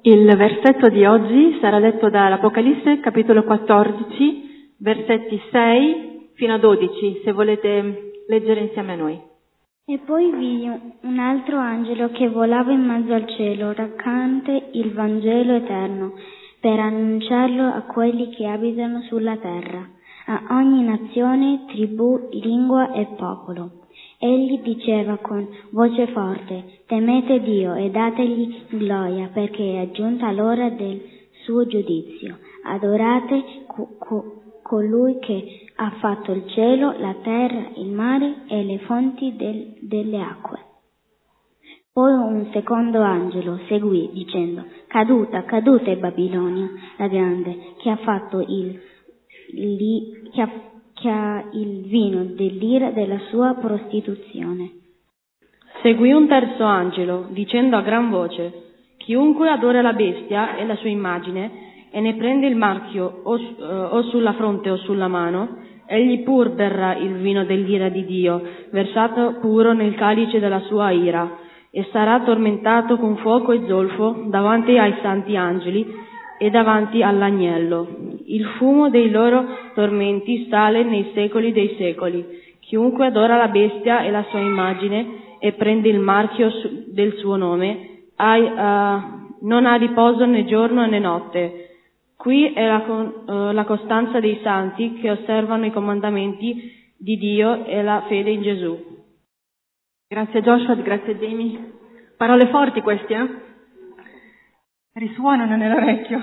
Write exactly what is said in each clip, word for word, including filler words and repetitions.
Il versetto di oggi sarà letto dall'Apocalisse, capitolo quattordici, versetti sei fino a dodici, se volete leggere insieme a noi. E poi vidi un altro angelo che volava in mezzo al cielo, recante il Vangelo eterno, per annunciarlo a quelli che abitano sulla terra, a ogni nazione, tribù, lingua e popolo. Egli diceva con voce forte: temete Dio e dategli gloria, perché è giunta l'ora del suo giudizio. Adorate co- co- colui che ha fatto il cielo, la terra, il mare e le fonti del- delle acque. Poi un secondo angelo seguì dicendo: caduta, caduta è Babilonia, la grande, che ha fatto il, li, che ha, che ha il vino dell'ira della sua prostituzione. Seguì un terzo angelo, dicendo a gran voce: chiunque adora la bestia e la sua immagine, e ne prende il marchio o, uh, o sulla fronte o sulla mano, egli pur berrà il vino dell'ira di Dio, versato puro nel calice della sua ira, e sarà tormentato con fuoco e zolfo davanti ai santi angeli e davanti all'agnello. Il fumo dei loro tormenti sale nei secoli dei secoli. Chiunque adora la bestia e la sua immagine e prende il marchio su, del suo nome, ha, uh, non ha riposo né giorno né notte. Qui è la, uh, la costanza dei santi che osservano i comandamenti di Dio e la fede in Gesù. Grazie Joshua, grazie Jamie. Parole forti queste, eh? Risuonano nell'orecchio.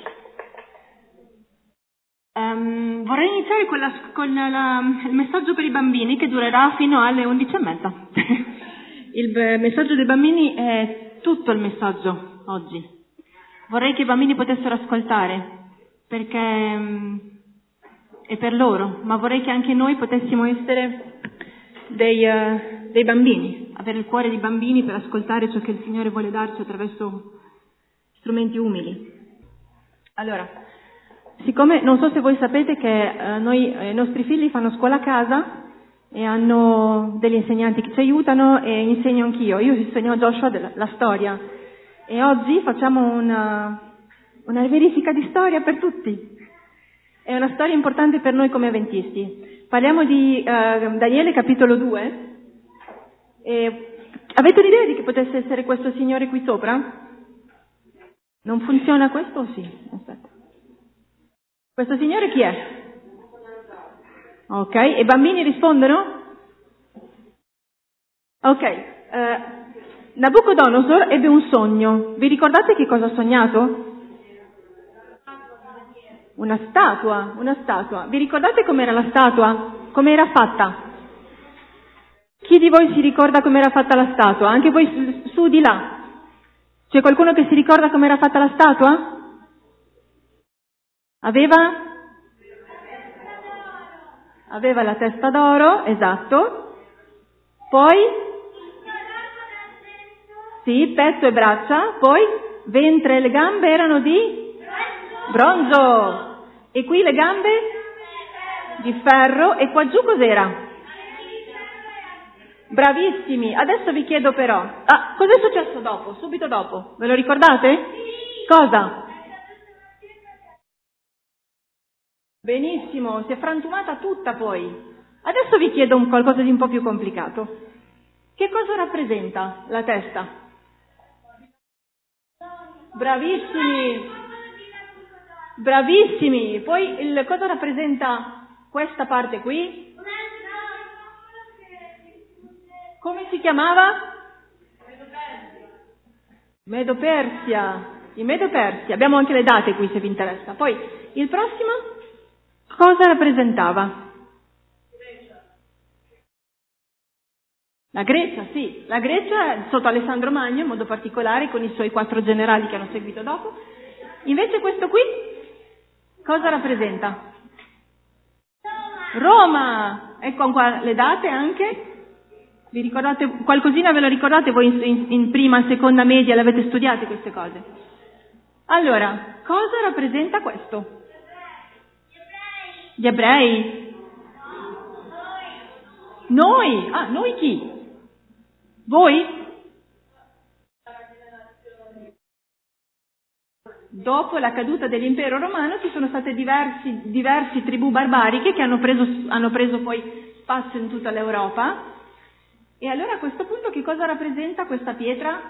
Um, vorrei iniziare con, la, con la, il messaggio per i bambini che durerà fino alle undici e mezza. Il messaggio dei bambini è tutto il messaggio oggi. Vorrei che i bambini potessero ascoltare, perché um, è per loro, ma vorrei che anche noi potessimo essere dei, uh, dei bambini, avere il cuore di bambini per ascoltare ciò che il Signore vuole darci attraverso strumenti umili. Allora, siccome non so se voi sapete che uh, noi, eh, i nostri figli fanno scuola a casa e hanno degli insegnanti che ci aiutano e insegno anch'io. Io insegno a Joshua della, la storia e oggi facciamo una, una verifica di storia per tutti. È una storia importante per noi come avventisti. Parliamo di uh, Daniele capitolo due. E avete un'idea di chi potesse essere questo signore qui sopra? Non funziona questo o sì? Aspetta. Questo signore chi è? Ok, e i bambini rispondono? Ok, uh, Nabucodonosor ebbe un sogno. Vi ricordate che cosa ha sognato? Una statua, una statua. Vi ricordate com'era la statua? Come era fatta? Chi di voi si ricorda com'era fatta la statua? Anche voi su, su di là. C'è qualcuno che si ricorda com'era fatta la statua? Aveva? Aveva la testa d'oro, esatto. Poi? Sì, petto e braccia. Poi? Ventre e le gambe erano di? Bronzo. E qui le gambe? Di ferro. E qua giù cos'era? Bravissimi. Adesso vi chiedo però, ah, cos'è successo dopo? Subito dopo. Ve lo ricordate? Cosa? Benissimo, si è frantumata tutta poi. Adesso vi chiedo un qualcosa di un po' più complicato. Che cosa rappresenta la testa? Bravissimi. Bravissimi. Poi il, cosa rappresenta questa parte qui? Come si chiamava? Medo-Persia. I Medo-Persia. Abbiamo anche le date qui se vi interessa. Poi il prossimo cosa rappresentava? La Grecia, sì. La Grecia sotto Alessandro Magno in modo particolare con i suoi quattro generali che hanno seguito dopo. Invece questo qui cosa rappresenta? Roma. Ecco qua le date anche. Vi ricordate, qualcosina ve lo ricordate voi in, in, in prima, seconda media, le avete studiate queste cose? Allora, cosa rappresenta questo? Gli ebrei? Noi? Ah, noi chi? Voi? Dopo la caduta dell'impero romano ci sono state diversi, diversi tribù barbariche che hanno preso, hanno preso poi spazio in tutta l'Europa. E allora a questo punto che cosa rappresenta questa pietra?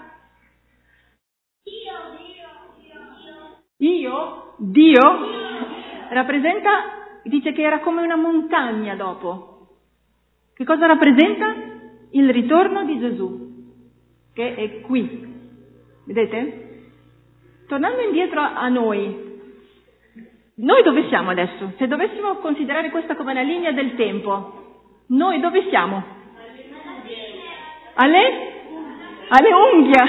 Io? Dio? Rappresenta, dice che era come una montagna dopo. Che cosa rappresenta? Il ritorno di Gesù, che è qui. Vedete? Tornando indietro a noi, noi dove siamo adesso? Se dovessimo considerare questa come una linea del tempo, noi dove siamo? Alle? Alle unghie.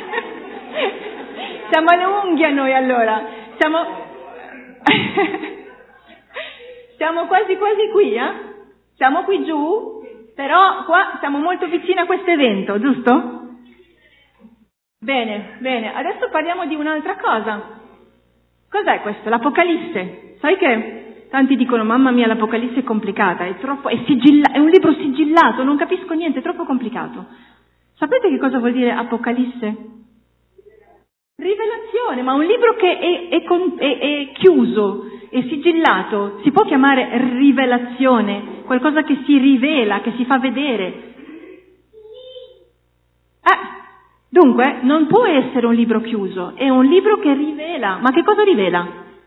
Siamo alle unghie noi allora. Siamo, siamo quasi quasi qui, eh? Siamo qui giù, però qua siamo molto vicini a questo evento, giusto? Bene, bene, adesso parliamo di un'altra cosa. Cos'è questo? L'Apocalisse. Sai che tanti dicono, mamma mia, l'Apocalisse è complicata, è troppo, è, sigilla, è un libro sigillato, non capisco niente, è troppo complicato. Sapete che cosa vuol dire Apocalisse? Rivelazione, ma un libro che è, è, è, è chiuso, è sigillato, si può chiamare rivelazione, qualcosa che si rivela, che si fa vedere. Eh, Dunque, non può essere un libro chiuso, è un libro che rivela. Ma che cosa rivela?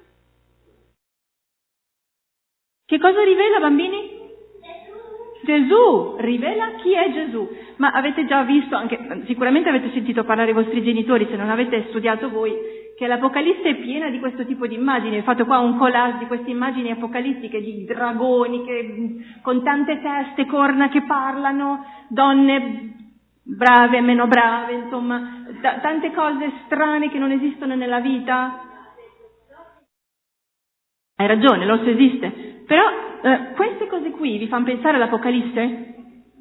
Che cosa rivela, bambini? Gesù. Gesù, rivela chi è Gesù. Ma avete già visto, anche sicuramente avete sentito parlare i vostri genitori, se non avete studiato voi, che l'Apocalisse è piena di questo tipo di immagini. Ho fatto qua un collage di queste immagini apocalittiche, di dragoni che, con tante teste, corna che parlano, donne brave e meno brave, insomma, t- tante cose strane che non esistono nella vita. Hai ragione, l'osso esiste. Però eh, queste cose qui vi fanno pensare all'Apocalisse?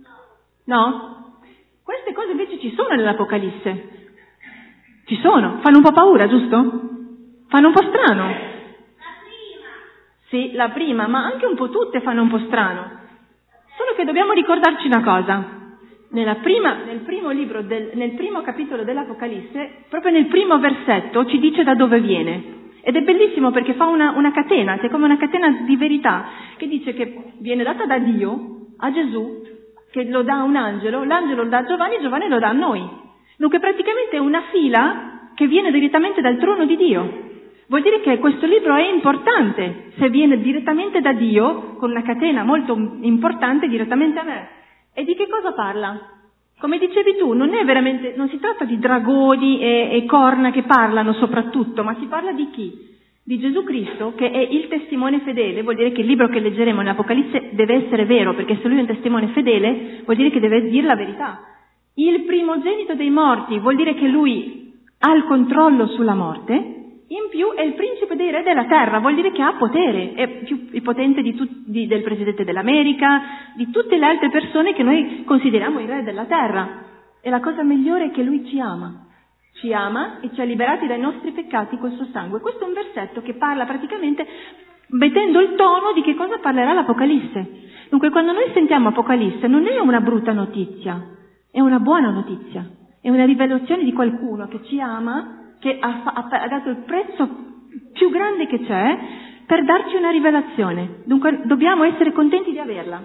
No? Queste cose invece ci sono nell'Apocalisse. Ci sono. Fanno un po' paura, giusto? Fanno un po' strano. La prima. Sì, la prima, ma anche un po' tutte fanno un po' strano. Solo che dobbiamo ricordarci una cosa. Nella prima, nel primo libro, del, nel primo capitolo dell'Apocalisse, proprio nel primo versetto ci dice da dove viene. Ed è bellissimo perché fa una, una catena, che è come una catena di verità, che dice che viene data da Dio a Gesù, che lo dà a un angelo, l'angelo lo dà a Giovanni, Giovanni lo dà a noi. Dunque praticamente è una fila che viene direttamente dal trono di Dio. Vuol dire che questo libro è importante, se viene direttamente da Dio, con una catena molto importante direttamente a me. E di che cosa parla? Come dicevi tu, non è veramente, non si tratta di dragoni e, e corna che parlano soprattutto, ma si parla di chi? Di Gesù Cristo, che è il testimone fedele. Vuol dire che il libro che leggeremo nell'Apocalisse deve essere vero, perché se lui è un testimone fedele, vuol dire che deve dire la verità. Il primogenito dei morti, vuol dire che lui ha il controllo sulla morte. In più è il principe dei re della terra, vuol dire che ha potere, è più potente di tut, di, del presidente dell'America, di tutte le altre persone che noi consideriamo i re della terra. E la cosa migliore è che lui ci ama, ci ama e ci ha liberati dai nostri peccati col suo sangue. Questo è un versetto che parla praticamente mettendo il tono di che cosa parlerà l'Apocalisse. Dunque quando noi sentiamo Apocalisse non è una brutta notizia, è una buona notizia, è una rivelazione di qualcuno che ci ama, che ha, ha, ha dato il prezzo più grande che c'è per darci una rivelazione. Dunque dobbiamo essere contenti di averla.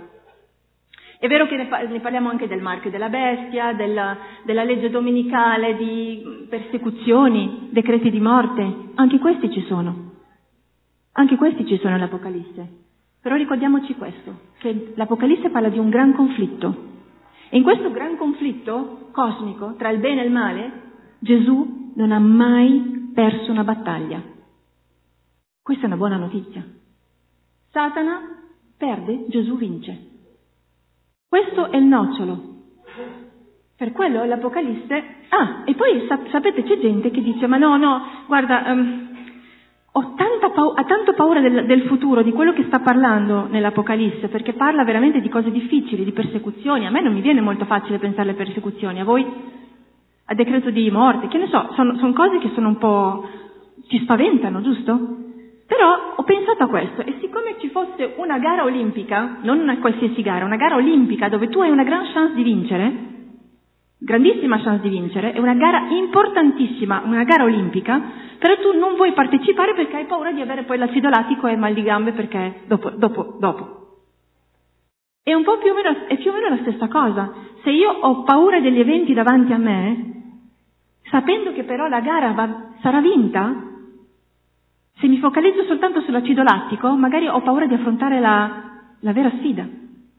È vero che ne, ne parliamo anche del marchio della bestia, della, della legge domenicale, di persecuzioni, decreti di morte. Anche questi ci sono. Anche questi ci sono nell'Apocalisse. Però ricordiamoci questo, che l'Apocalisse parla di un gran conflitto. E in questo gran conflitto cosmico tra il bene e il male, Gesù non ha mai perso una battaglia. Questa è una buona notizia. Satana perde, Gesù vince. Questo è il nocciolo. Per quello l'Apocalisse... Ah, e poi sap- sapete c'è gente che dice, ma no, no, guarda, um, ho tanta pau- ho tanto paura del, del futuro, di quello che sta parlando nell'Apocalisse, perché parla veramente di cose difficili, di persecuzioni. A me non mi viene molto facile pensare alle persecuzioni, a voi? A decreto di morte, che ne so, sono, sono cose che sono un po'... ci spaventano, giusto? Però ho pensato a questo, e siccome ci fosse una gara olimpica, non una qualsiasi gara, una gara olimpica dove tu hai una gran chance di vincere, grandissima chance di vincere, è una gara importantissima, una gara olimpica, però tu non vuoi partecipare perché hai paura di avere poi l'acido lattico e mal di gambe perché dopo, dopo, dopo. È un po' più o meno, è più o meno la stessa cosa. Se io ho paura degli eventi davanti a me, sapendo che però la gara va, sarà vinta, se mi focalizzo soltanto sull'acido lattico, magari ho paura di affrontare la, la vera sfida.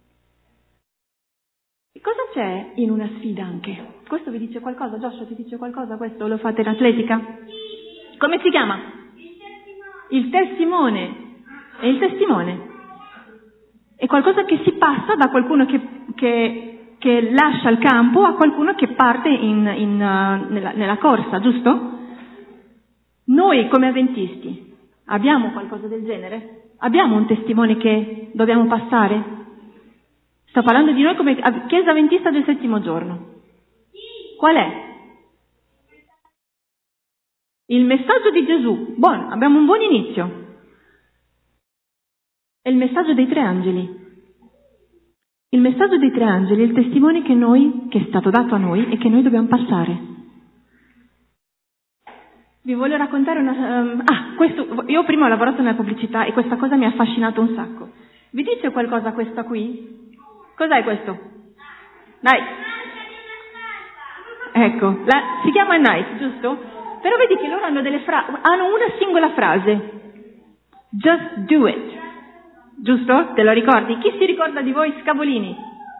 E cosa c'è in una sfida anche? Questo vi dice qualcosa? Joshua ti dice qualcosa? Questo lo fate in atletica? Come si chiama? Il testimone. È il testimone. È qualcosa che si passa da qualcuno che, che, che lascia il campo a qualcuno che parte in, in, uh, nella, nella corsa, giusto? Noi come avventisti abbiamo qualcosa del genere? Abbiamo un testimone che dobbiamo passare? Sto parlando di noi come Chiesa Avventista del settimo giorno. Qual è? Il messaggio di Gesù. Buono, abbiamo un buon inizio. È il messaggio dei tre angeli. Il messaggio dei tre angeli è il testimone che noi, che è stato dato a noi e che noi dobbiamo passare. Vi voglio raccontare una... Um, ah, questo, io prima ho lavorato nella pubblicità e questa cosa mi ha affascinato un sacco. Vi dice qualcosa questa qui? Cos'è questo? Dai. Ecco, la, si chiama Nice, giusto? Però vedi che loro hanno delle frasi, hanno una singola frase. Just do it. Giusto? Te lo ricordi? Chi si ricorda di voi Scavolini?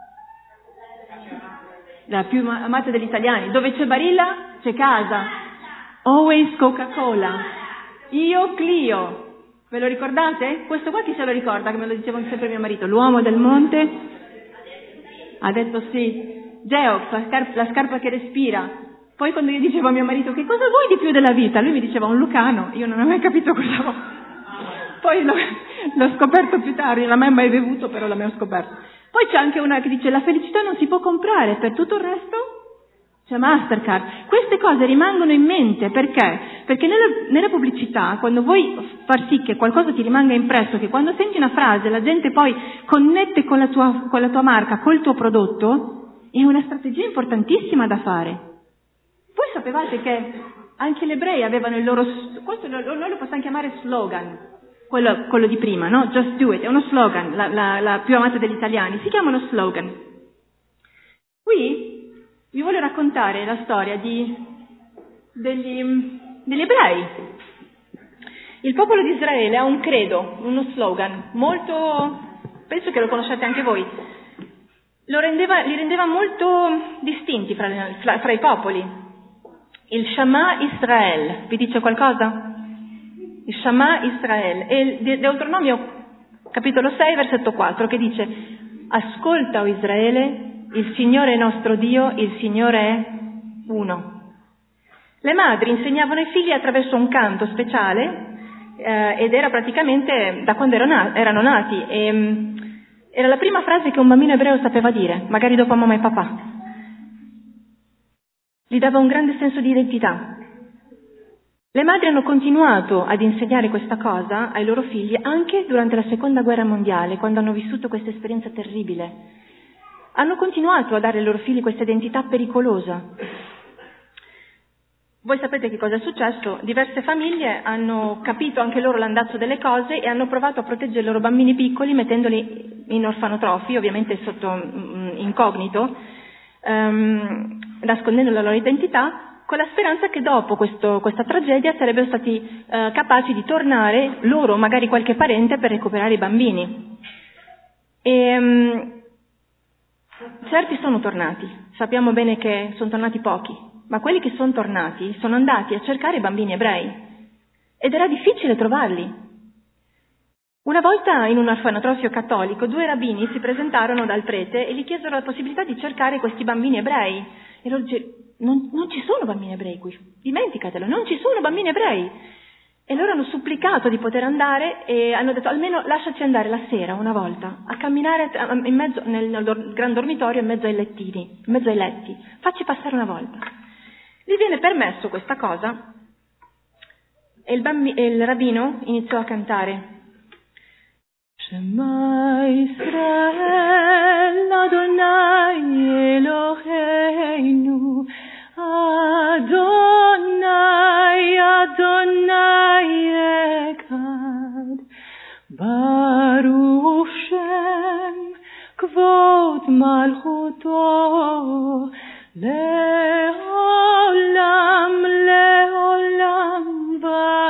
La più amata degli italiani. Dove c'è Barilla, c'è casa. Always Coca-Cola. Io Clio. Ve lo ricordate? Questo qua chi se lo ricorda? Che me lo diceva sempre mio marito. L'uomo del monte ha detto sì. Geox, la scarpa, la scarpa che respira. Poi quando io dicevo a mio marito che cosa vuoi di più della vita? Lui mi diceva un Lucano. Io non ho mai capito cosa vuoi. Poi l'ho, l'ho scoperto più tardi. Non l'ho mai, mai bevuto, però l'ho scoperto. Poi c'è anche una che dice la felicità non si può comprare, per tutto il resto c'è Mastercard. Queste cose rimangono in mente, perché? Perché nella, nella pubblicità, quando vuoi far sì che qualcosa ti rimanga impresso, che quando senti una frase la gente poi connette con la tua, con la tua marca, col tuo prodotto, è una strategia importantissima da fare. Voi sapevate che anche gli ebrei avevano il loro, questo noi lo possiamo chiamare slogan, quello, quello di prima, no? Just do it, è uno slogan, la, la, la più amata degli italiani, si chiama uno slogan. Qui vi voglio raccontare la storia di, degli, degli ebrei. Il popolo di Israele ha un credo, uno slogan, molto, penso che lo conosciate anche voi, lo rendeva, li rendeva molto distinti fra, fra, fra i popoli. Il Shema Israel, vi dice qualcosa? Il Shema Israel, è il Deuteronomio capitolo sei, versetto quattro, che dice: ascolta, o Israele, il Signore è nostro Dio, il Signore è uno. Le madri insegnavano ai figli attraverso un canto speciale, eh, ed era praticamente da quando erano, erano nati. E, mh, era la prima frase che un bambino ebreo sapeva dire, magari dopo mamma e papà. Gli dava un grande senso di identità. Le madri hanno continuato ad insegnare questa cosa ai loro figli anche durante la Seconda Guerra Mondiale, quando hanno vissuto questa esperienza terribile. Hanno continuato a dare ai loro figli questa identità pericolosa. Voi sapete che cosa è successo? Diverse famiglie hanno capito anche loro l'andazzo delle cose e hanno provato a proteggere i loro bambini piccoli mettendoli in orfanotrofi, ovviamente sotto mm, incognito, um, nascondendo la loro identità, con la speranza che dopo questo, questa tragedia sarebbero stati eh, capaci di tornare, loro magari qualche parente, per recuperare i bambini. E, um, certi sono tornati, sappiamo bene che sono tornati pochi, ma quelli che sono tornati sono andati a cercare i bambini ebrei ed era difficile trovarli. Una volta in un orfanotrofio cattolico due rabbini si presentarono dal prete e gli chiesero la possibilità di cercare questi bambini ebrei. E loro dicevano: non, non ci sono bambini ebrei qui, dimenticatelo, non ci sono bambini ebrei. E loro hanno supplicato di poter andare e hanno detto: almeno lasciaci andare la sera una volta a camminare in mezzo, nel, nel gran dormitorio in mezzo ai lettini, in mezzo ai letti, facci passare una volta. Gli viene permesso questa cosa e il, bambi, e il rabbino iniziò a cantare: Shema Israel Adonai Eloheinu Adonai Adonai to leolam leolam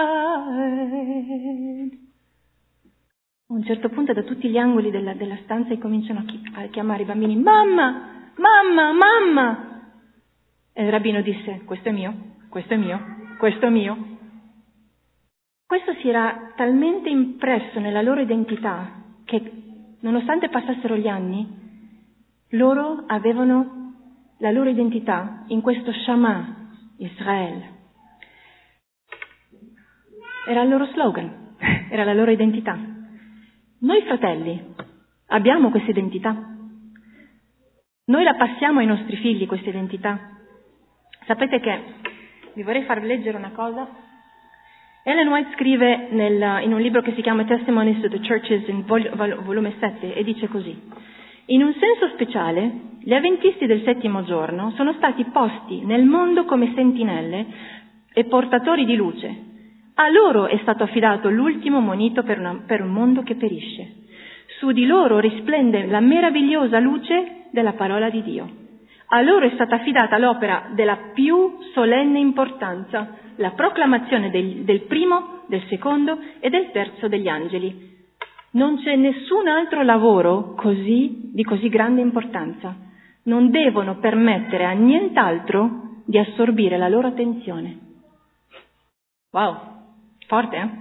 vaed. A un certo punto da tutti gli angoli della, della stanza cominciano a, chi, a chiamare i bambini: mamma, mamma, mamma. E il rabbino disse: questo è mio, questo è mio, questo è mio. Questo si era talmente impresso nella loro identità che, nonostante passassero gli anni, loro avevano la loro identità in questo Shama Israel. Era il loro slogan, era la loro identità. Noi fratelli abbiamo questa identità. Noi la passiamo ai nostri figli, questa identità. Sapete che vi vorrei far leggere una cosa. Ellen White scrive nel, in un libro che si chiama Testimonies to the Churches in vol, vol, volume sette e dice così: in un senso speciale gli avventisti del settimo giorno sono stati posti nel mondo come sentinelle e portatori di luce. A loro è stato affidato l'ultimo monito per, una, per un mondo che perisce. Su di loro risplende la meravigliosa luce della parola di Dio. A loro è stata affidata l'opera della più solenne importanza, la proclamazione del, del primo, del secondo e del terzo degli angeli. Non c'è nessun altro lavoro così, di così grande importanza. Non devono permettere a nient'altro di assorbire la loro attenzione. Wow, forte, eh?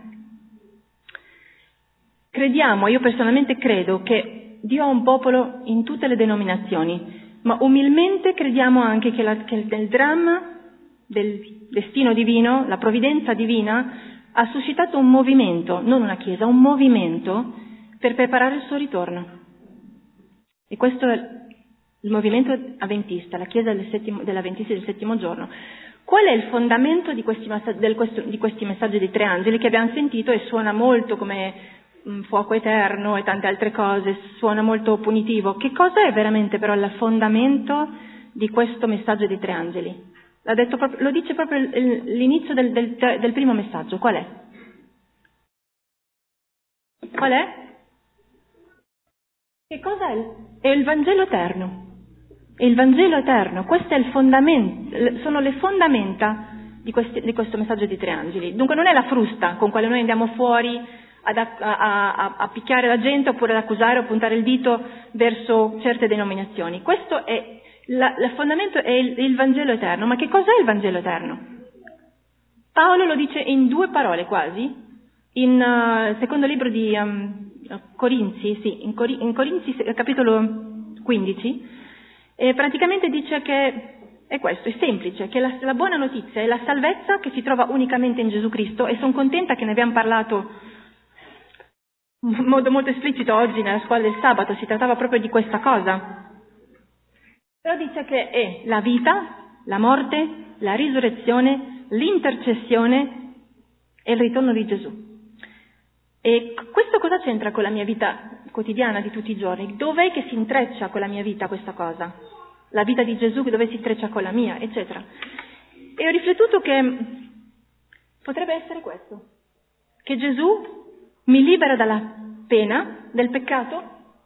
Crediamo, io personalmente credo che Dio ha un popolo in tutte le denominazioni, ma umilmente crediamo anche che, la, che nel dramma del destino divino, la provvidenza divina, ha suscitato un movimento, non una chiesa, un movimento per preparare il suo ritorno. E questo è il movimento avventista, la chiesa del settimo, dell'avventista del settimo giorno. Qual è il fondamento di questi, del, questo, di questi messaggi dei tre angeli che abbiamo sentito e suona molto come um, fuoco eterno e tante altre cose, suona molto punitivo? Che cosa è veramente però il fondamento di questo messaggio dei tre angeli? L'ha detto proprio, lo dice proprio l'inizio del, del, del primo messaggio. Qual è? Qual è? Che cosa è? È il Vangelo eterno. È il Vangelo eterno. Questo è il fondamento, sono le fondamenta di, questi, di questo messaggio di tre angeli. Dunque non è la frusta con quale noi andiamo fuori ad, a, a, a, a picchiare la gente oppure ad accusare o puntare il dito verso certe denominazioni. Questo è La, il fondamento è il, il Vangelo eterno. Ma che cos'è il Vangelo eterno? Paolo lo dice in due parole quasi, in uh, secondo libro di um, Corinzi, sì, in, Cor- in Corinzi capitolo quindici, e praticamente dice che è questo, è semplice, che la, la buona notizia è la salvezza che si trova unicamente in Gesù Cristo, e sono contenta che ne abbiamo parlato in modo molto esplicito oggi nella scuola del sabato, si trattava proprio di questa cosa. Però dice che è la vita, la morte, la risurrezione, l'intercessione e il ritorno di Gesù. E questo cosa c'entra con la mia vita quotidiana di tutti i giorni? Dov'è che si intreccia con la mia vita questa cosa? La vita di Gesù dove si intreccia con la mia, eccetera. E ho riflettuto che potrebbe essere questo, che Gesù mi libera dalla pena del peccato,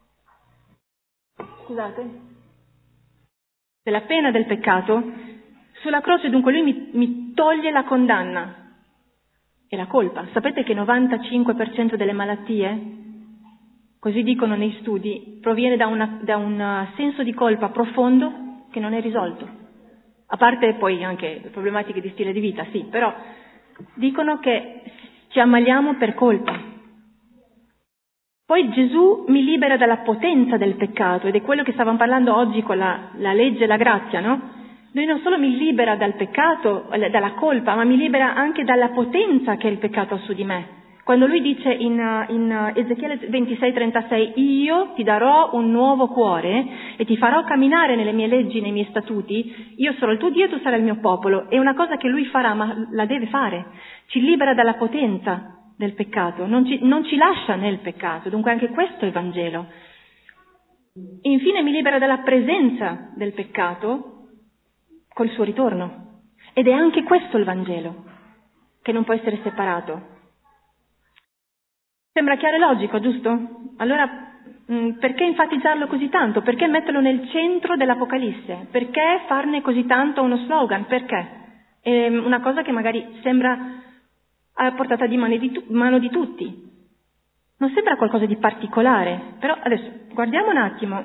scusate, della pena del peccato sulla croce. Dunque lui mi, mi toglie la condanna e la colpa. Sapete che il novantacinque per cento delle malattie, così dicono nei studi, proviene da, una, da un senso di colpa profondo che non è risolto. A parte poi anche problematiche di stile di vita, sì, però dicono che ci ammaliamo per colpa. Poi Gesù mi libera dalla potenza del peccato, ed è quello che stavamo parlando oggi con la, la legge e la grazia, no? Lui non solo mi libera dal peccato, dalla colpa, ma mi libera anche dalla potenza che il peccato ha su di me. Quando lui dice in, in Ezechiele ventisei trentasei: io ti darò un nuovo cuore e ti farò camminare nelle mie leggi, nei miei statuti, io sarò il tuo Dio e tu sarai il mio popolo. È una cosa che lui farà, ma la deve fare. Ci libera dalla potenza del peccato, non ci, non ci lascia nel peccato, dunque anche questo è il Vangelo. Infine mi libera dalla presenza del peccato col suo ritorno, ed è anche questo il Vangelo, che non può essere separato. Sembra chiaro e logico, giusto? Allora Perché enfatizzarlo così tanto? Perché metterlo nel centro dell'Apocalisse? Perché farne così tanto uno slogan? Perché? È una cosa che magari sembra a portata di mano di, tu- mano di tutti. Non sembra qualcosa di particolare, però adesso guardiamo un attimo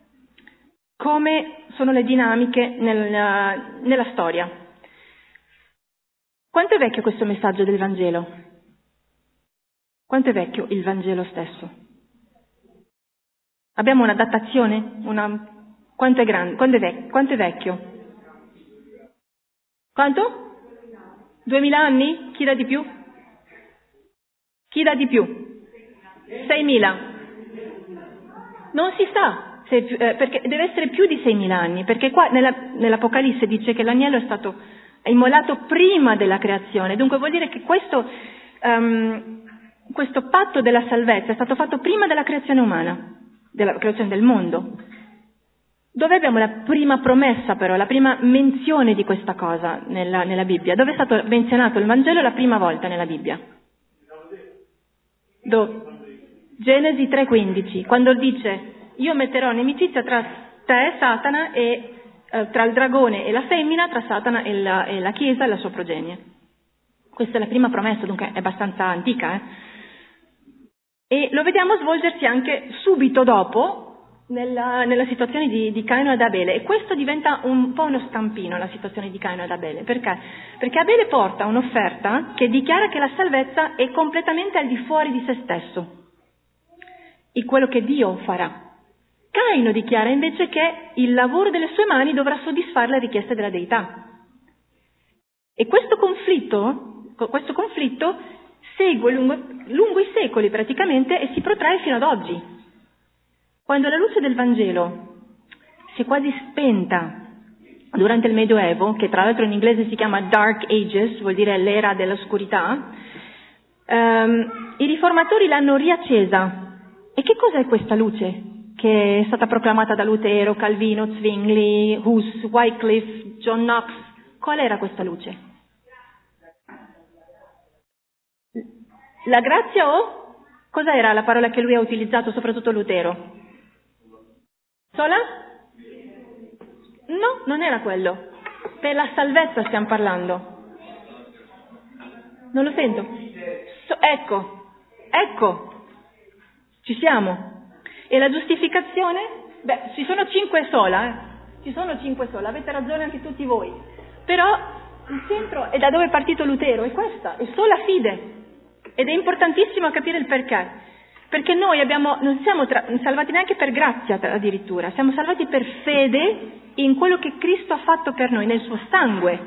come sono le dinamiche nel, nella storia. Quanto è vecchio questo messaggio del Vangelo? Quanto è vecchio il Vangelo stesso? Abbiamo una datazione? Una... Quanto è grande? Quanto è, vec... Quanto è vecchio? Quanto? Duemila anni? Chi dà di più? Chi dà di più? Seimila. Non si sa, se, eh, perché deve essere più di seimila anni, perché qua nella, nell'Apocalisse dice che l'agnello è stato immolato prima della creazione, dunque vuol dire che questo, um, questo patto della salvezza è stato fatto prima della creazione umana, della creazione del mondo. Dove abbiamo la prima promessa però, la prima menzione di questa cosa nella, nella Bibbia? Dove è stato menzionato il Vangelo la prima volta nella Bibbia? Dove? Genesi tre quindici, quando dice io metterò inimicizia tra te, Satana, e eh, tra il dragone e la femmina, tra Satana e la, e la Chiesa e la sua progenie. Questa è la prima promessa, dunque è abbastanza antica, eh? E lo vediamo svolgersi anche subito dopo nella, nella situazione di, di Caino ed Abele, e questo diventa un po' uno stampino, la situazione di Caino ed Abele. Perché? Perché Abele porta un'offerta che dichiara che la salvezza è completamente al di fuori di se stesso, in quello che Dio farà. Caino dichiara invece che il lavoro delle sue mani dovrà soddisfare le richieste della deità. E questo conflitto, questo conflitto segue lungo, lungo i secoli praticamente e si protrae fino ad oggi. Quando la luce del Vangelo si è quasi spenta durante il Medioevo, che tra l'altro in inglese si chiama Dark Ages, vuol dire l'era dell'oscurità, ehm, i riformatori l'hanno riaccesa. E che cos'è questa luce che è stata proclamata da Lutero, Calvino, Zwingli, Hus, Wycliffe, John Knox? Qual era questa luce? La grazia o? Cosa era la parola che lui ha utilizzato, soprattutto Lutero? Sola? No, non era quello. Per la salvezza stiamo parlando. Non lo sento. So, ecco, ecco. Ci siamo. E la giustificazione? Beh, ci sono cinque sola, eh. Ci sono cinque sola, avete ragione anche tutti voi. Però il centro è da dove è partito Lutero, è questa, è sola fide. Ed è importantissimo capire il perché. Perché noi abbiamo, non siamo tra, salvati neanche per grazia addirittura, siamo salvati per fede in quello che Cristo ha fatto per noi, nel suo sangue,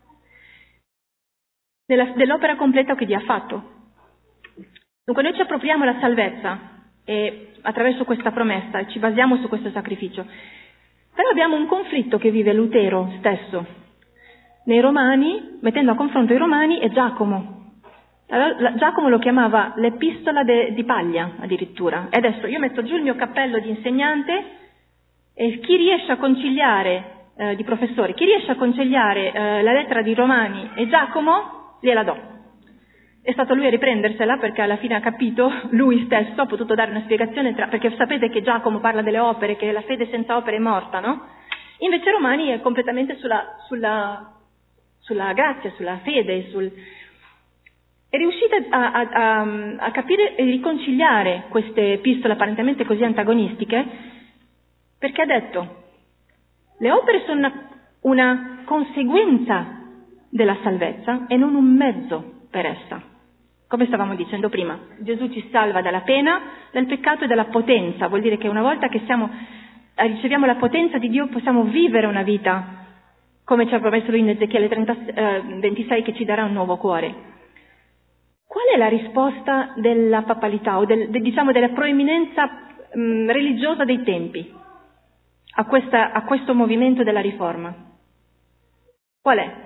nella, dell'opera completa che Dio ha fatto. Dunque noi ci appropriamo la salvezza e attraverso questa promessa e ci basiamo su questo sacrificio. Però abbiamo un conflitto che vive Lutero stesso nei Romani, mettendo a confronto i Romani e Giacomo. Allora, Giacomo lo chiamava l'epistola de, di paglia addirittura. E adesso io metto giù il mio cappello di insegnante e chi riesce a conciliare, eh, di professore, chi riesce a conciliare eh, la lettera di Romani e Giacomo, gliela do. È stato lui a riprendersela perché alla fine ha capito, lui stesso ha potuto dare una spiegazione, tra, perché sapete che Giacomo parla delle opere, che la fede senza opere è morta, no? Invece Romani è completamente sulla, sulla, sulla grazia, sulla fede, sul... È riuscita a, a, a, a capire e riconciliare queste epistole apparentemente così antagonistiche, perché ha detto, le opere sono una, una conseguenza della salvezza e non un mezzo per essa. Come stavamo dicendo prima, Gesù ci salva dalla pena, dal peccato e dalla potenza. Vuol dire che una volta che siamo, riceviamo la potenza di Dio possiamo vivere una vita, come ci ha promesso lui in Ezechiele trenta, eh, ventisei, che ci darà un nuovo cuore. Qual è la risposta della papalità o del, de, diciamo della proeminenza mh, religiosa dei tempi a, questa, a questo movimento della riforma? Qual è?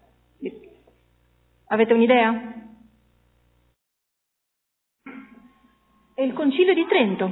Avete un'idea? È il Concilio di Trento,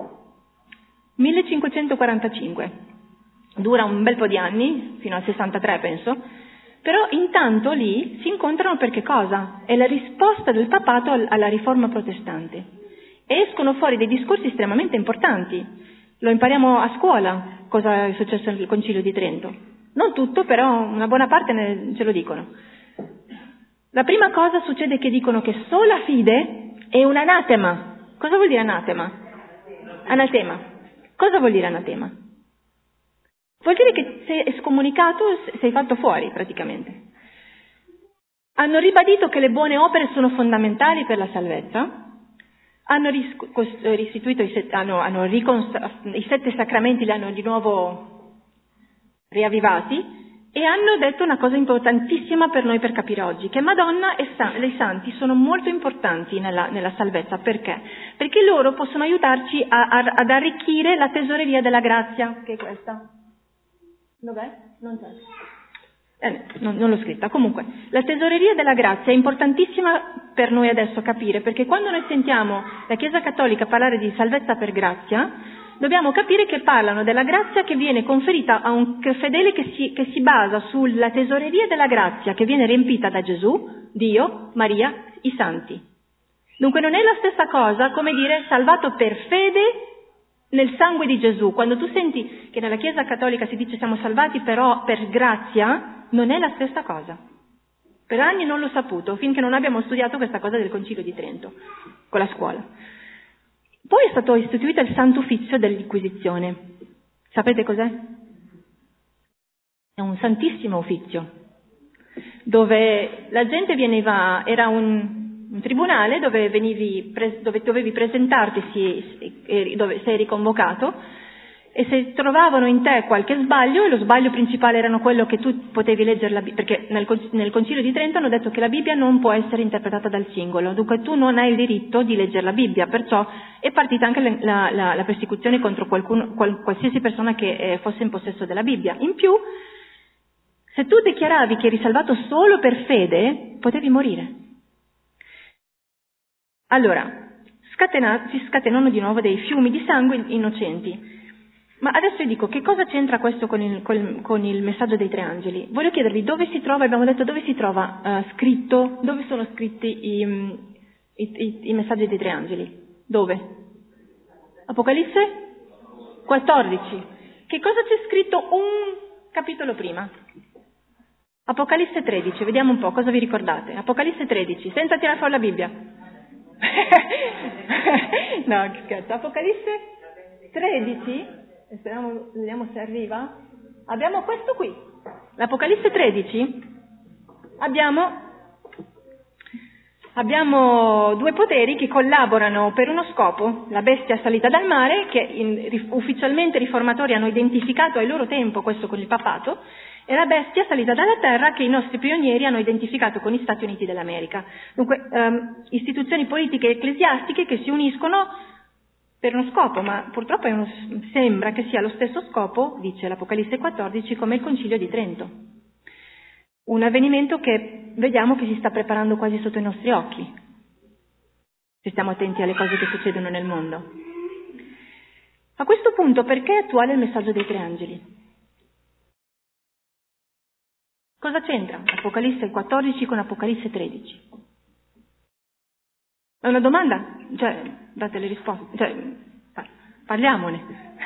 millecinquecentoquarantacinque. Dura un bel po' di anni, fino al sessantatré penso, però intanto lì si incontrano per che cosa? È la risposta del papato alla riforma protestante. e escono fuori dei discorsi estremamente importanti. Lo impariamo a scuola, cosa è successo nel Concilio di Trento. Non tutto, però una buona parte ne, ce lo dicono. La prima cosa succede che dicono che sola fide è un anatema. Cosa vuol dire anatema? Anatema. Cosa vuol dire anatema? Vuol dire che sei escomunicato, sei fatto fuori praticamente. Hanno ribadito che le buone opere sono fondamentali per la salvezza, hanno restituito i sette, hanno, hanno riconst- i sette sacramenti, li hanno di nuovo riavvivati e hanno detto una cosa importantissima per noi per capire oggi, che Madonna e San- i santi sono molto importanti nella, nella salvezza. Perché? Perché loro possono aiutarci a, a, ad arricchire la tesoreria della grazia, che è questa. Dov'è? Non c'è. Eh, non, non l'ho scritta. Comunque, la tesoreria della grazia è importantissima per noi adesso capire, perché quando noi sentiamo la Chiesa Cattolica parlare di salvezza per grazia, dobbiamo capire che parlano della grazia che viene conferita a un fedele che si, che si basa sulla tesoreria della grazia che viene riempita da Gesù, Dio, Maria, i santi. Dunque non è la stessa cosa come dire salvato per fede nel sangue di Gesù. Quando tu senti che nella Chiesa Cattolica si dice siamo salvati però per grazia, non è la stessa cosa. Per anni non l'ho saputo, finché non abbiamo studiato questa cosa del Concilio di Trento, con la scuola. Poi è stato istituito il Santo Uffizio dell'Inquisizione. Sapete cos'è? È un santissimo uffizio, dove la gente veniva, era un, un tribunale dove, venivi, dove dovevi presentarti se, dove sei riconvocato, e se trovavano in te qualche sbaglio, e lo sbaglio principale era quello che tu potevi leggere la Bibbia, perché nel, nel Concilio di Trento hanno detto che la Bibbia non può essere interpretata dal singolo, dunque tu non hai il diritto di leggere la Bibbia, perciò è partita anche la, la, la persecuzione contro qualcuno, qual, qualsiasi persona che eh, fosse in possesso della Bibbia. In più, se tu dichiaravi che eri salvato solo per fede, potevi morire. Allora, scatena, si scatenano di nuovo dei fiumi di sangue innocenti. Ma adesso io dico, che cosa c'entra questo con il, con, con il messaggio dei tre angeli? Voglio chiedervi dove si trova, abbiamo detto dove si trova uh, scritto, dove sono scritti i, i, i, i messaggi dei tre angeli? Dove? Apocalisse quattordici. Che cosa c'è scritto un capitolo prima? Apocalisse tredici, vediamo un po', cosa vi ricordate? Apocalisse tredici, senza tirare fuori la Bibbia. No, che scherzo. Apocalisse tredici... Speriamo, vediamo se arriva. Abbiamo questo qui, l'Apocalisse tredici. Abbiamo, abbiamo due poteri che collaborano per uno scopo: la bestia salita dal mare, che in, ufficialmente i riformatori hanno identificato ai loro tempo questo con il papato, e la bestia salita dalla terra, che i nostri pionieri hanno identificato con gli Stati Uniti dell'America. Dunque, um, istituzioni politiche e ecclesiastiche che si uniscono per uno scopo, ma purtroppo è uno, sembra che sia lo stesso scopo, dice l'Apocalisse quattordici, come il Concilio di Trento. Un avvenimento che vediamo che si sta preparando quasi sotto i nostri occhi, se stiamo attenti alle cose che succedono nel mondo. A questo punto, perché è attuale il messaggio dei tre angeli? Cosa c'entra Apocalisse quattordici con Apocalisse tredici? È una domanda? Cioè, date le risposte, cioè, parliamone.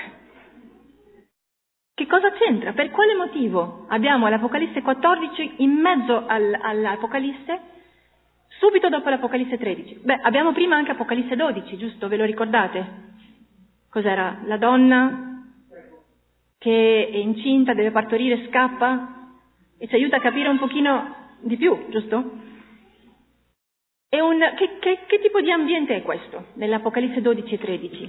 Che cosa c'entra? Per quale motivo abbiamo l'Apocalisse quattordici in mezzo al, all'Apocalisse, subito dopo l'Apocalisse tredici? Beh, abbiamo prima anche Apocalisse dodici, giusto? Ve lo ricordate? Cos'era? La donna che è incinta, deve partorire, scappa e ci aiuta a capire un pochino di più, giusto? È un, che, che, che tipo di ambiente è questo, nell'Apocalisse dodici e tredici?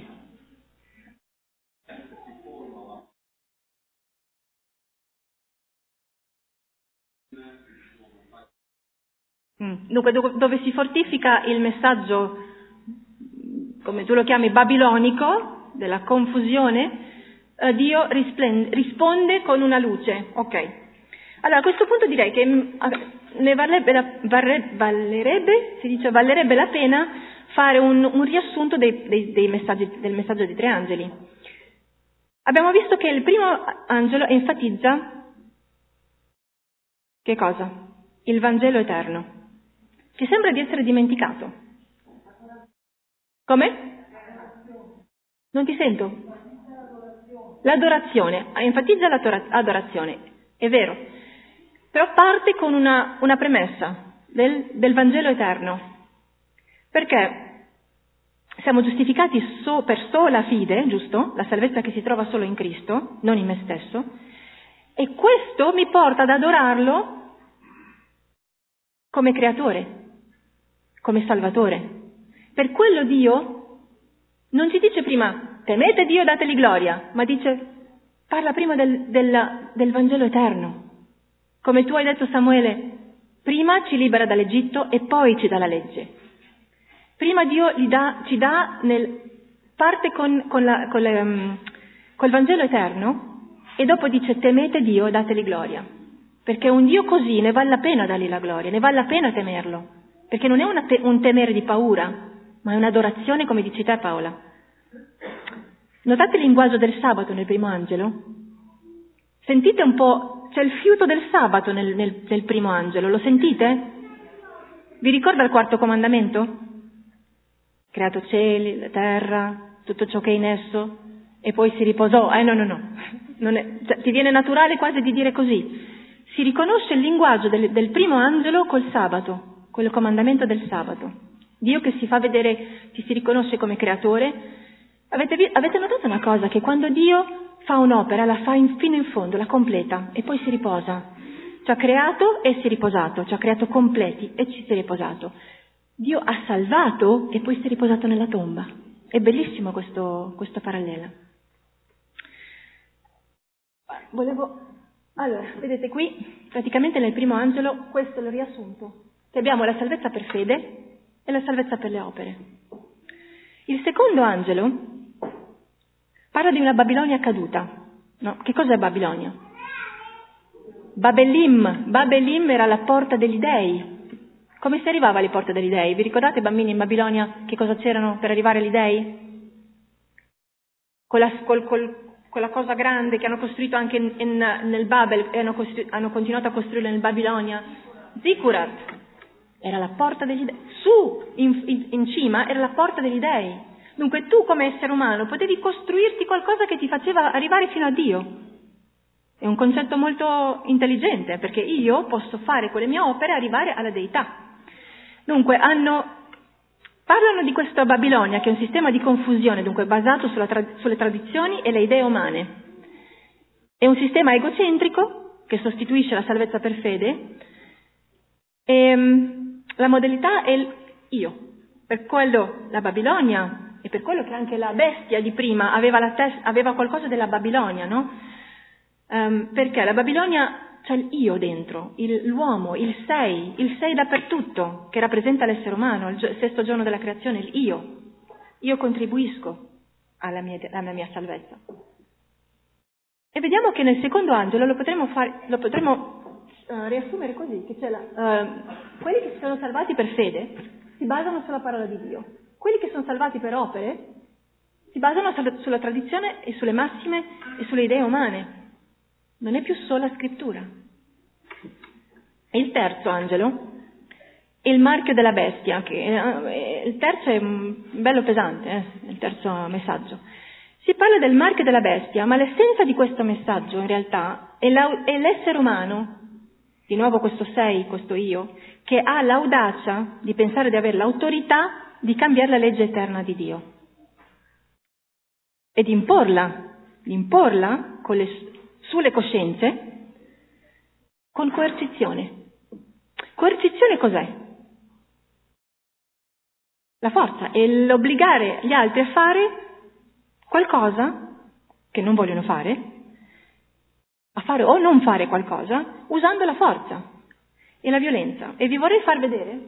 Mm. Dunque, dove si fortifica il messaggio, come tu lo chiami, babilonico, della confusione, eh, Dio risplende, risponde con una luce. Ok. Allora, a questo punto direi che ne varrebbe, la, varre, vallerebbe, si dice, vallerebbe la pena fare un, un riassunto dei, dei, dei messaggi, del messaggio dei tre angeli. Abbiamo visto che il primo angelo enfatizza che cosa? Il Vangelo eterno, che sembra di essere dimenticato. Come? Non ti sento? L'adorazione, enfatizza l'adorazione, è vero, però parte con una, una premessa del, del Vangelo eterno, perché siamo giustificati so, per sola fide, giusto? La salvezza che si trova solo in Cristo, non in me stesso, e questo mi porta ad adorarlo come creatore, come salvatore. Per quello Dio non ci dice prima, temete Dio e dategli gloria, ma dice, parla prima del, del, del Vangelo eterno. Come tu hai detto, Samuele, prima ci libera dall'Egitto e poi ci dà la legge. Prima Dio gli dà, ci dà, nel, parte con, con, la, con le, um, col Vangelo eterno e dopo dice, temete Dio e dategli gloria. Perché un Dio così ne vale la pena dargli la gloria, ne vale la pena temerlo. Perché non è una te, un temere di paura, ma è un'adorazione, come dici te, Paola. Notate il linguaggio del sabato nel primo angelo? Sentite un po', c'è il fiuto del sabato nel, nel, nel primo angelo, lo sentite? Vi ricorda il quarto comandamento? Creato cieli, la terra, tutto ciò che è in esso, e poi si riposò. Eh no, no, no, non è, cioè, ti viene naturale quasi di dire così. Si riconosce il linguaggio del, del primo angelo col sabato, col comandamento del sabato. Dio che si fa vedere, che si riconosce come creatore. Avete, avete notato una cosa? Che quando Dio fa un'opera la fa in, fino in fondo, la completa e poi si riposa. Ci ha creato e si è riposato, ci ha creato completi e ci si è riposato. Dio ha salvato e poi si è riposato nella tomba. È bellissimo questo, questo parallelo. Volevo... Allora, vedete qui, praticamente nel primo angelo, questo è il riassunto. Che abbiamo la salvezza per fede e la salvezza per le opere. Il secondo angelo parla di una Babilonia caduta. No, che cos'è Babilonia? Babelim. Babelim era la porta degli dei. Come si arrivava alle porte degli dei? Vi ricordate, bambini, in Babilonia che cosa c'erano per arrivare agli dei? Quella, col, col, quella cosa grande che hanno costruito anche in, in, nel Babel e hanno, costru- hanno continuato a costruire nel Babilonia. Zikurat. Era la porta degli dei. Su, in, in, in cima, era la porta degli dei. Dunque tu come essere umano potevi costruirti qualcosa che ti faceva arrivare fino a Dio. È un concetto molto intelligente, perché io posso fare con le mie opere arrivare alla deità. Dunque hanno, parlano di questa Babilonia, che è un sistema di confusione, dunque basato sulla tra, sulle tradizioni e le idee umane. È un sistema egocentrico che sostituisce la salvezza per fede. E, la modalità è il io. Per quello la Babilonia, e per quello che anche la bestia di prima aveva, la tes- aveva qualcosa della Babilonia, no? Um, perché la Babilonia c'è il io dentro, il, l'uomo, il sei, il sei dappertutto, che rappresenta l'essere umano, il, gio- il sesto giorno della creazione, il io. Io contribuisco alla mia, alla mia salvezza. E vediamo che nel secondo angelo lo potremo fare, lo potremo Uh, riassumere così, che c'è la, uh, quelli che si sono salvati per fede si basano sulla parola di Dio, quelli che sono salvati per opere si basano sulla, sulla tradizione e sulle massime e sulle idee umane. Non è più sola scrittura. E il terzo angelo è il marchio della bestia, che uh, il terzo è um, bello pesante, eh, il terzo messaggio. Si parla del marchio della bestia, ma l'essenza di questo messaggio in realtà è, la, è l'essere umano. Di nuovo questo sei, questo io, che ha l'audacia di pensare di avere l'autorità di cambiare la legge eterna di Dio. E di imporla, di imporla con le, sulle coscienze con coercizione. Coercizione cos'è? La forza, è l'obbligare gli altri a fare qualcosa che non vogliono fare, a fare o non fare qualcosa usando la forza e la violenza. E vi vorrei far vedere,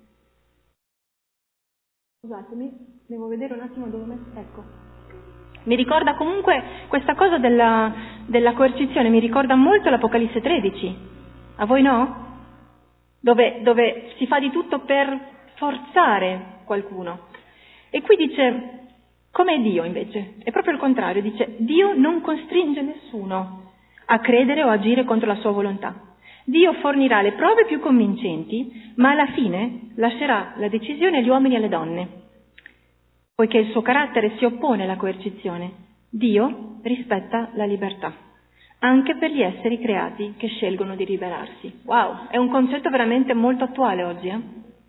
scusatemi, devo vedere un attimo dove metto, ecco. Mi ricorda comunque questa cosa della, della coercizione, mi ricorda molto l'Apocalisse tredici. A voi no? Dove, dove si fa di tutto per forzare qualcuno. E qui dice, com'è Dio invece? È proprio il contrario, dice, Dio non costringe nessuno a credere o agire contro la sua volontà. Dio fornirà le prove più convincenti, ma alla fine lascerà la decisione agli uomini e alle donne. poiché il suo carattere si oppone alla coercizione. Dio rispetta la libertà, anche per gli esseri creati che scelgono di liberarsi. Wow, è un concetto veramente molto attuale oggi. Eh?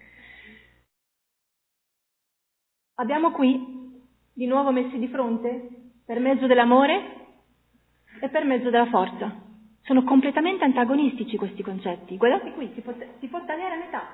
Abbiamo qui, di nuovo messi di fronte, per mezzo dell'amore e per mezzo della forza. Sono completamente antagonistici questi concetti. Guardate qui, si può, si può tagliare a metà.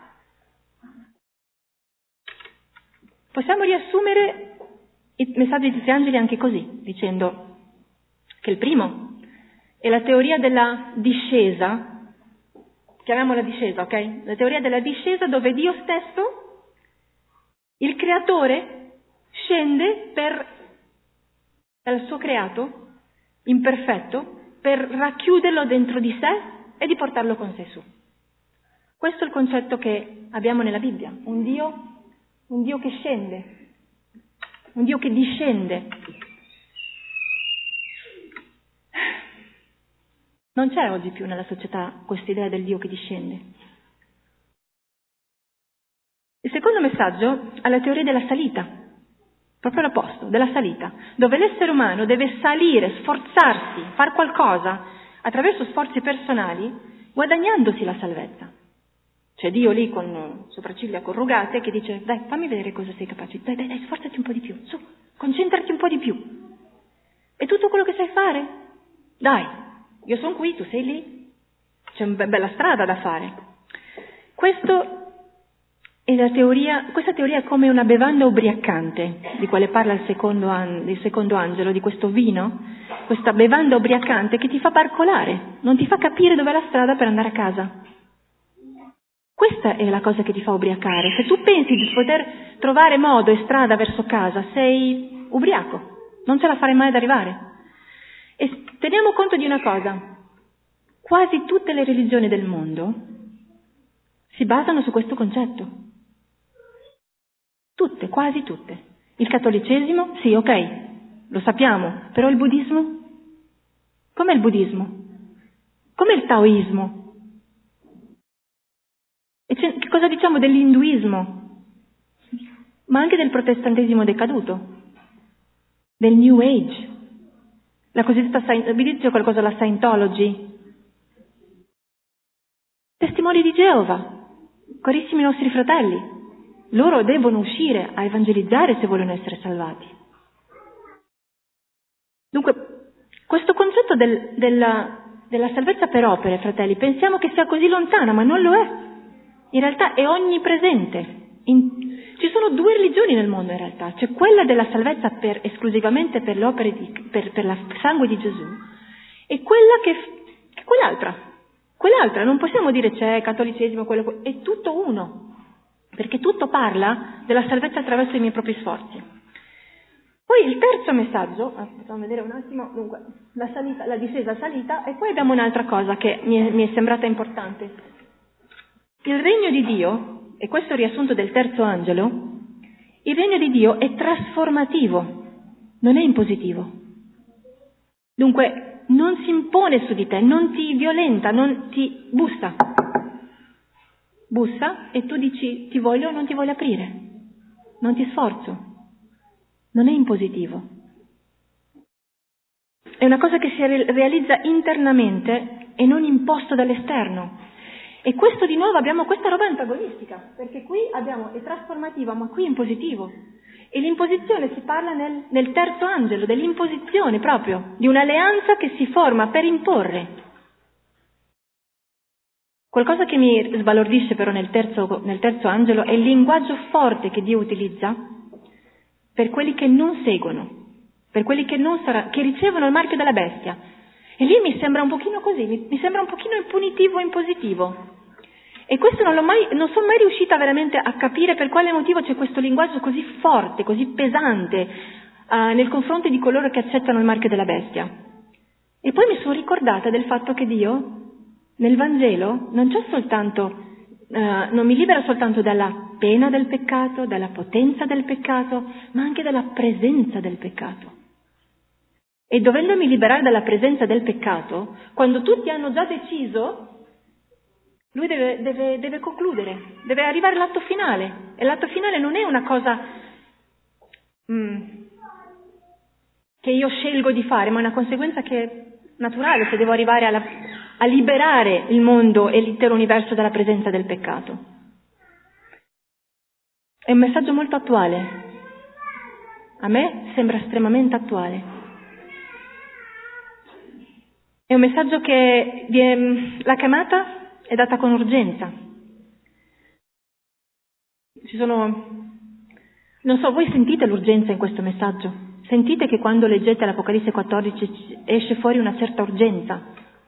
Possiamo riassumere i messaggi di tre angeli anche così, dicendo che il primo è la teoria della discesa, chiamiamola discesa, ok? La teoria della discesa dove Dio stesso, il creatore, scende per, dal suo creato, imperfetto, per racchiuderlo dentro di sé e di portarlo con sé su. Questo è il concetto che abbiamo nella Bibbia, un Dio, un Dio che scende, un Dio che discende. Non c'è oggi più nella società questa idea del Dio che discende. Il secondo messaggio è la teoria della salita, proprio l'opposto, della salita, dove l'essere umano deve salire, sforzarsi, far qualcosa attraverso sforzi personali, guadagnandosi la salvezza. C'è Dio lì con sopracciglia corrugate che dice: dai, fammi vedere cosa sei capace, dai, dai, dai, sforzati un po' di più, su, concentrati un po' di più. E tutto quello che sai fare? Dai, io sono qui, tu sei lì, c'è una bella strada da fare. Questo è la teoria, questa teoria è come una bevanda ubriacante, di quale parla il secondo, an, il secondo angelo, di questo vino, questa bevanda ubriacante che ti fa barcolare, non ti fa capire dov'è la strada per andare a casa. Questa è la cosa che ti fa ubriacare. Se tu pensi di poter trovare modo e strada verso casa, sei ubriaco, non ce la farai mai ad arrivare. E teniamo conto di una cosa, quasi tutte le religioni del mondo si basano su questo concetto. Tutte, quasi tutte. Il cattolicesimo, sì, ok, lo sappiamo, però il buddismo? Com'è il buddismo? Com'è il taoismo? E che cosa diciamo dell'induismo? Ma anche del protestantesimo decaduto, del New Age, la cosiddetta, vi dice qualcosa la Scientology? Testimoni di Geova, carissimi nostri fratelli, loro devono uscire a evangelizzare se vogliono essere salvati. Dunque, questo concetto del, della, della salvezza per opere, fratelli, pensiamo che sia così lontana, ma non lo è. In realtà è onnipresente. In, ci sono due religioni nel mondo in realtà, c'è quella della salvezza per, esclusivamente per le opere di, per, per il sangue di Gesù, e quella che, che quell'altra. Quell'altra, non possiamo dire c'è cattolicesimo, quello, è tutto uno, perché tutto parla della salvezza attraverso i miei propri sforzi. Poi il terzo messaggio, facciamo vedere un attimo, dunque, la salita, la discesa salita, e poi abbiamo un'altra cosa che mi è, mi è sembrata importante. Il regno di Dio, e questo è il riassunto del terzo angelo, il regno di Dio è trasformativo, non è impositivo. Dunque, non si impone su di te, non ti violenta, non ti bussa. Bussa e tu dici ti voglio o non ti voglio aprire, non ti sforzo. Non è impositivo. È una cosa che si realizza internamente e non imposto dall'esterno. E questo di nuovo abbiamo questa roba antagonistica, perché qui abbiamo è trasformativo, ma qui è impositivo. E l'imposizione si parla nel, nel terzo angelo, dell'imposizione proprio, di un'alleanza che si forma per imporre. Qualcosa che mi sbalordisce però nel terzo, nel terzo angelo è il linguaggio forte che Dio utilizza per quelli che non seguono, per quelli che, non sarà, che ricevono il marchio della bestia. E lì mi sembra un pochino così, mi, mi sembra un pochino impunitivo e impositivo. E questo non, l'ho mai, non sono mai riuscita veramente a capire per quale motivo c'è questo linguaggio così forte, così pesante uh, nel confronto di coloro che accettano il marchio della bestia. E poi mi sono ricordata del fatto che Dio nel Vangelo non c'è soltanto Uh, non mi libera soltanto dalla pena del peccato, dalla potenza del peccato, ma anche dalla presenza del peccato. E dovendomi liberare dalla presenza del peccato, quando tutti hanno già deciso, lui deve, deve, deve concludere, deve arrivare all'atto finale. E l'atto finale non è una cosa mm, che io scelgo di fare, ma è una conseguenza che è naturale se devo arrivare alla, a liberare il mondo e l'intero universo dalla presenza del peccato. È un messaggio molto attuale. A me sembra estremamente attuale. È un messaggio che viene, la chiamata è data con urgenza. Ci sono, non so, voi sentite l'urgenza in questo messaggio? Sentite che quando leggete l'Apocalisse quattordici esce fuori una certa urgenza?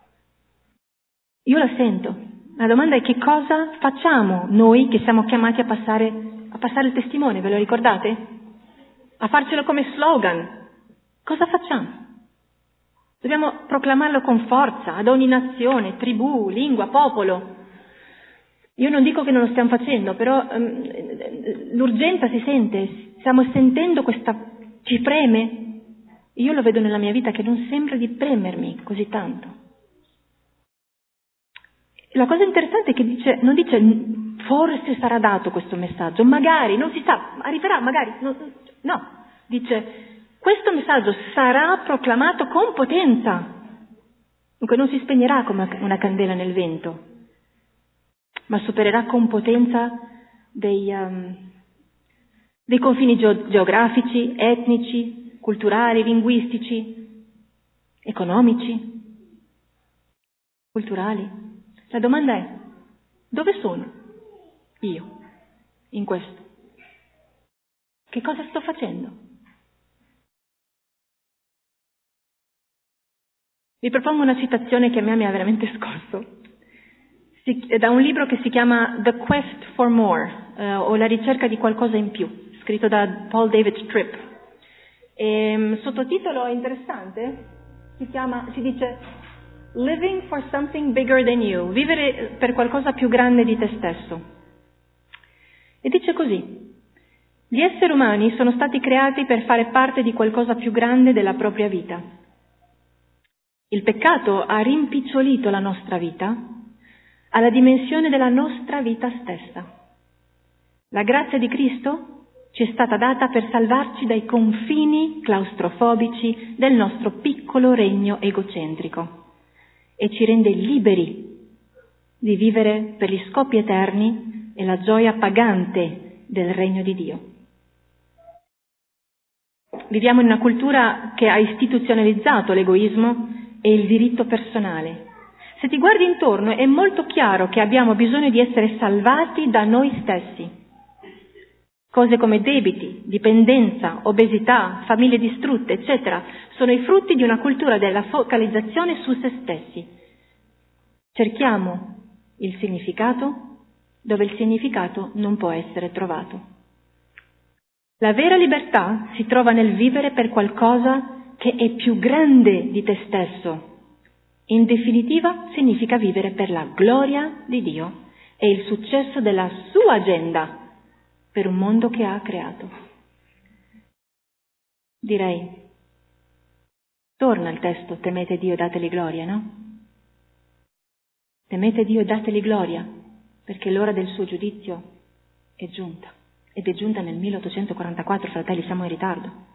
Io la sento. La domanda è: che cosa facciamo noi che siamo chiamati a passare, a passare il testimone? Ve lo ricordate? A farcelo come slogan. Cosa facciamo? Dobbiamo proclamarlo con forza ad ogni nazione, tribù, lingua, popolo. Io non dico che non lo stiamo facendo, però um, l'urgenza si sente, stiamo sentendo questa, ci preme. Io lo vedo nella mia vita che non sembra di premermi così tanto. La cosa interessante è che dice, non dice forse sarà dato questo messaggio, magari, non si sa, arriverà, magari, no, no. Dice questo messaggio sarà proclamato con potenza, dunque non si spegnerà come una candela nel vento, ma supererà con potenza dei, um, dei confini geo- geografici, etnici, culturali, linguistici, economici, culturali. La domanda è: dove sono io in questo? Che cosa sto facendo? Vi propongo una citazione che a me mi ha veramente scosso. È da un libro che si chiama The Quest for More, eh, o La ricerca di qualcosa in più, scritto da Paul David Tripp. E, sottotitolo interessante, si chiama, si dice Living for something bigger than you, vivere per qualcosa più grande di te stesso. E dice così: gli esseri umani sono stati creati per fare parte di qualcosa più grande della propria vita. Il peccato ha rimpicciolito la nostra vita alla dimensione della nostra vita stessa. La grazia di Cristo ci è stata data per salvarci dai confini claustrofobici del nostro piccolo regno egocentrico e ci rende liberi di vivere per gli scopi eterni e la gioia pagante del regno di Dio. Viviamo in una cultura che ha istituzionalizzato l'egoismo e il diritto personale. Se ti guardi intorno è molto chiaro che abbiamo bisogno di essere salvati da noi stessi. Cose come debiti, dipendenza, obesità, famiglie distrutte, eccetera, sono i frutti di una cultura della focalizzazione su se stessi. Cerchiamo il significato dove il significato non può essere trovato. La vera libertà si trova nel vivere per qualcosa che è più grande di te stesso. In definitiva, significa vivere per la gloria di Dio e il successo della sua agenda per un mondo che ha creato. Direi, torna al testo: temete Dio e dateli gloria, no? Temete Dio e dateli gloria, perché l'ora del suo giudizio è giunta. Ed è giunta nel milleottocentoquarantaquattro, fratelli, siamo in ritardo.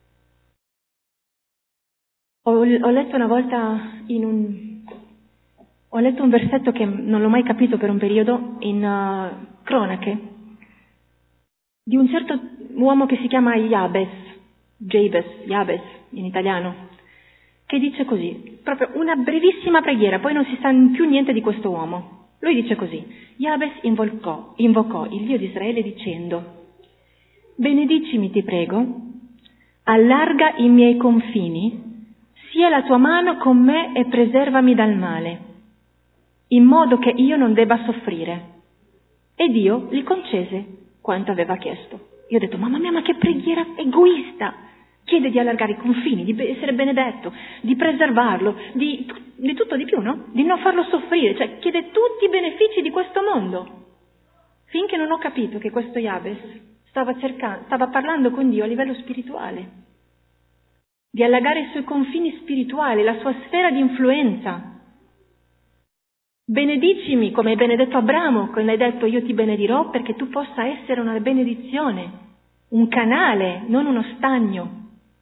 Ho, ho letto una volta in un... ho letto un versetto che non l'ho mai capito per un periodo in uh, Cronache, di un certo uomo che si chiama Jabes, Jabes, Jabes in italiano, che dice così, proprio una brevissima preghiera, poi non si sa più niente di questo uomo. Lui dice così: Jabes invocò, invocò il Dio di Israele dicendo: benedicimi, ti prego, allarga i miei confini, sia la tua mano con me e preservami dal male, in modo che io non debba soffrire. E Dio gli concese quanto aveva chiesto. Io ho detto: mamma mia, ma che preghiera egoista! Chiede di allargare i confini, di essere benedetto, di preservarlo, di, di tutto di più, no? Di non farlo soffrire, cioè chiede tutti i benefici di questo mondo. Finché non ho capito che questo Jabes stava cercando, stava parlando con Dio a livello spirituale, di allargare i suoi confini spirituali, la sua sfera di influenza. Benedicimi, come hai benedetto Abramo, come hai detto io ti benedirò perché tu possa essere una benedizione. un canale, non uno stagno.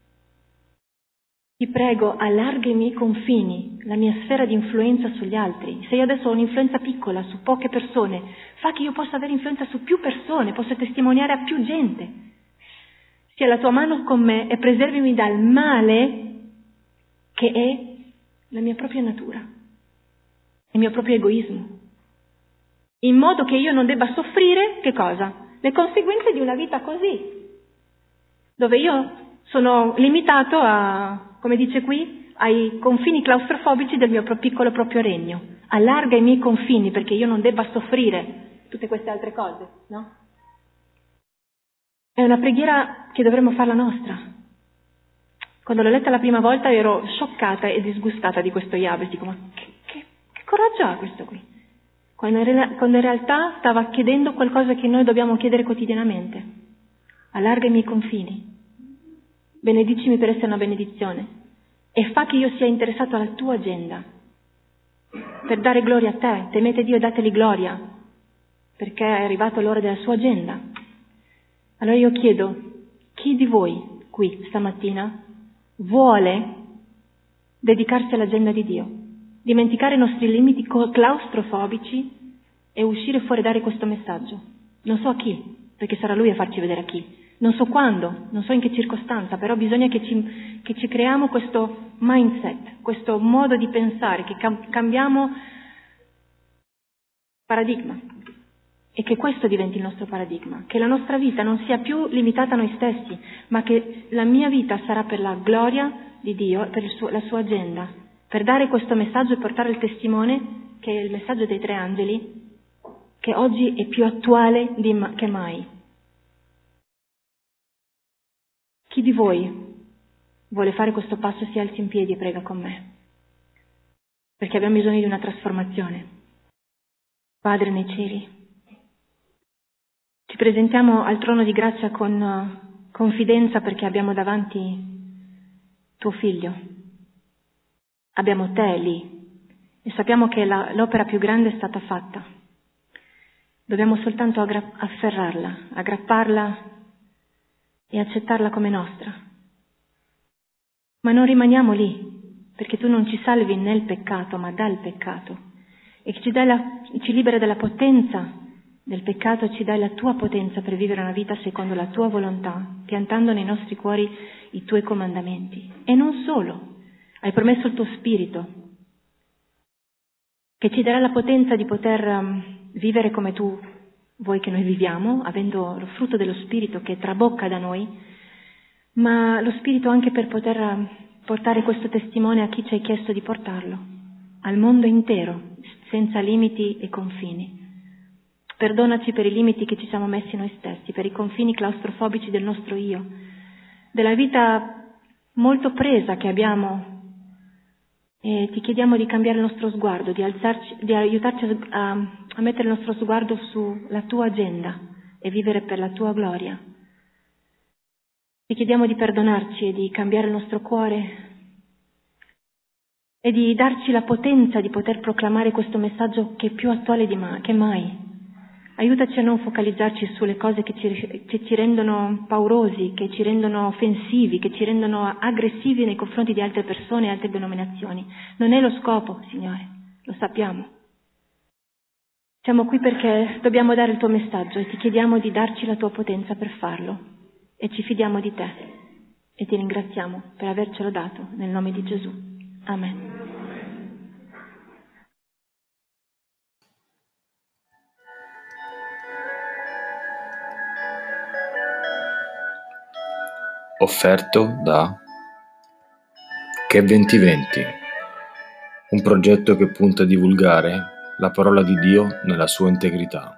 Ti prego, allarga i miei confini, la mia sfera di influenza sugli altri. Se io adesso ho un'influenza piccola su poche persone, fa che io possa avere influenza su più persone, possa testimoniare a più gente. Sia la tua mano con me e preservimi dal male che è la mia propria natura, il mio proprio egoismo, in modo che io non debba soffrire, che cosa? Le conseguenze di una vita così, dove io sono limitato a, come dice qui, ai confini claustrofobici del mio piccolo proprio regno. Allarga i miei confini perché io non debba soffrire tutte queste altre cose, no? È una preghiera che dovremmo farla nostra. Quando l'ho letta la prima volta ero scioccata e disgustata di questo Jabez, dico, ma che, che, che coraggio ha questo qui? Quando in, quando in realtà stava chiedendo qualcosa che noi dobbiamo chiedere quotidianamente. Allarga i miei confini. Benedicimi per essere una benedizione e fa che io sia interessato alla tua agenda, per dare gloria a te. Temete Dio e dateli gloria, perché è arrivato l'ora della sua agenda. Allora io chiedo, chi di voi qui stamattina vuole dedicarsi all'agenda di Dio, dimenticare i nostri limiti claustrofobici e uscire fuori a dare questo messaggio? Non so a chi, perché sarà Lui a farci vedere a chi. Non so quando, non so in che circostanza, però bisogna che ci, che ci creiamo questo mindset, questo modo di pensare, che cam- cambiamo paradigma e che questo diventi il nostro paradigma, che la nostra vita non sia più limitata a noi stessi, ma che la mia vita sarà per la gloria di Dio, per il suo, la sua agenda, per dare questo messaggio e portare il testimone che è il messaggio dei tre angeli, che oggi è più attuale di ma- che mai. Chi di voi vuole fare questo passo si alzi in piedi e prega con me, perché abbiamo bisogno di una trasformazione. Padre nei cieli, ci presentiamo al trono di grazia con confidenza perché abbiamo davanti tuo figlio, abbiamo te lì e sappiamo che la, l'opera più grande è stata fatta. Dobbiamo soltanto aggra- afferrarla, aggrapparla e accettarla come nostra. Ma non rimaniamo lì, perché tu non ci salvi nel peccato, ma dal peccato, e ci, dai la, ci libera dalla potenza del peccato e ci dai la tua potenza per vivere una vita secondo la tua volontà, piantando nei nostri cuori i tuoi comandamenti. E non solo, hai promesso il tuo Spirito, che ci darà la potenza di poter um, vivere come tu vuoi che noi viviamo, avendo lo frutto dello Spirito che trabocca da noi, ma lo Spirito anche per poter portare questo testimone a chi ci hai chiesto di portarlo, al mondo intero, senza limiti e confini. Perdonaci per i limiti che ci siamo messi noi stessi, per i confini claustrofobici del nostro io, della vita molto presa che abbiamo, e ti chiediamo di cambiare il nostro sguardo, di alzarci, di aiutarci a, a mettere il nostro sguardo sulla tua agenda e vivere per la tua gloria. Ti chiediamo di perdonarci e di cambiare il nostro cuore e di darci la potenza di poter proclamare questo messaggio che è più attuale di ma- che mai. Aiutaci a non focalizzarci sulle cose che ci, che ci rendono paurosi, che ci rendono offensivi, che ci rendono aggressivi nei confronti di altre persone e altre denominazioni. Non è lo scopo, Signore, lo sappiamo. Siamo qui perché dobbiamo dare il tuo messaggio e ti chiediamo di darci la tua potenza per farlo. E ci fidiamo di te e ti ringraziamo per avercelo dato nel nome di Gesù. Amen. Offerto da Che duemilaventi, un progetto che punta a divulgare la parola di Dio nella sua integrità.